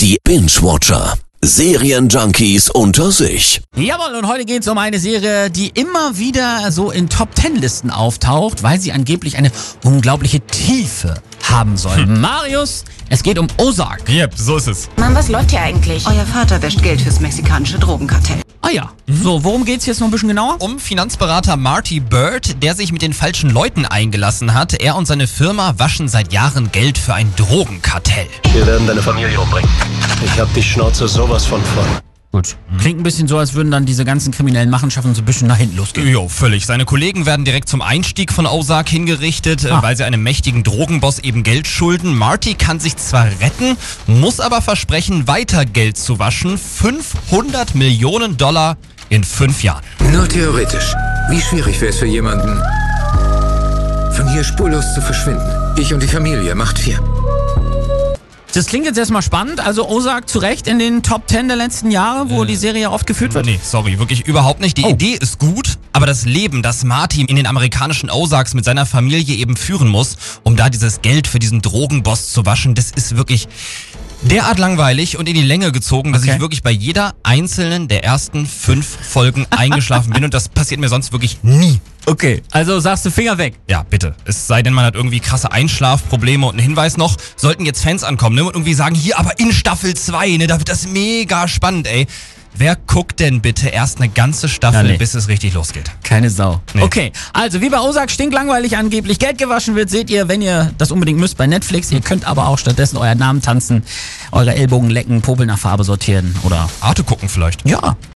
Die Binge-Watcher. Serienjunkies unter sich. Jawohl, und heute geht's um eine Serie, die immer wieder so in Top-10-Listen auftaucht, weil sie angeblich eine unglaubliche Tiefe haben soll. Marius, es geht um Ozark. Yep, so ist es. Mann, was läuft hier eigentlich? Euer Vater wäscht Geld fürs mexikanische Drogenkartell. Ah ja, so, worum geht's jetzt noch ein bisschen genauer? Um Finanzberater Marty Bird, der sich mit den falschen Leuten eingelassen hat. Er und seine Firma waschen seit Jahren Geld für ein Drogenkartell. Wir werden deine Familie umbringen. Ich hab die Schnauze sowas von voll. Gut. Klingt ein bisschen so, als würden dann diese ganzen kriminellen Machenschaften so ein bisschen nach hinten losgehen. Jo, völlig. Seine Kollegen werden direkt zum Einstieg von Ozark hingerichtet, weil sie einem mächtigen Drogenboss eben Geld schulden. Marty kann sich zwar retten, muss aber versprechen, weiter Geld zu waschen. $500 Millionen in 5 Jahren. Nur theoretisch. Wie schwierig wäre es für jemanden, von hier spurlos zu verschwinden? Ich und die Familie, macht 4. Das klingt jetzt erstmal spannend. Also Ozark zu Recht in den Top 10 der letzten Jahre, wo die Serie oft geführt wird. Nee, sorry, wirklich überhaupt nicht. Die Idee ist gut, aber das Leben, das Marty in den amerikanischen Ozarks mit seiner Familie eben führen muss, um da dieses Geld für diesen Drogenboss zu waschen, das ist wirklich derart langweilig und in die Länge gezogen, dass ich wirklich bei jeder einzelnen der ersten 5 Folgen eingeschlafen bin, und das passiert mir sonst wirklich nie. Okay, also sagst du Finger weg. Ja, bitte. Es sei denn, man hat irgendwie krasse Einschlafprobleme. Und ein Hinweis noch, sollten jetzt Fans ankommen, ne, und irgendwie sagen, hier, aber in Staffel 2, ne, da wird das mega spannend, ey. Wer guckt denn bitte erst eine ganze Staffel, bis es richtig losgeht? Keine Sau. Nee. Okay, also wie bei Ozark stinklangweilig angeblich Geld gewaschen wird, seht ihr, wenn ihr das unbedingt müsst, bei Netflix. Ihr könnt aber auch stattdessen euren Namen tanzen, eure Ellbogen lecken, Popel nach Farbe sortieren oder... Arte gucken vielleicht. Ja,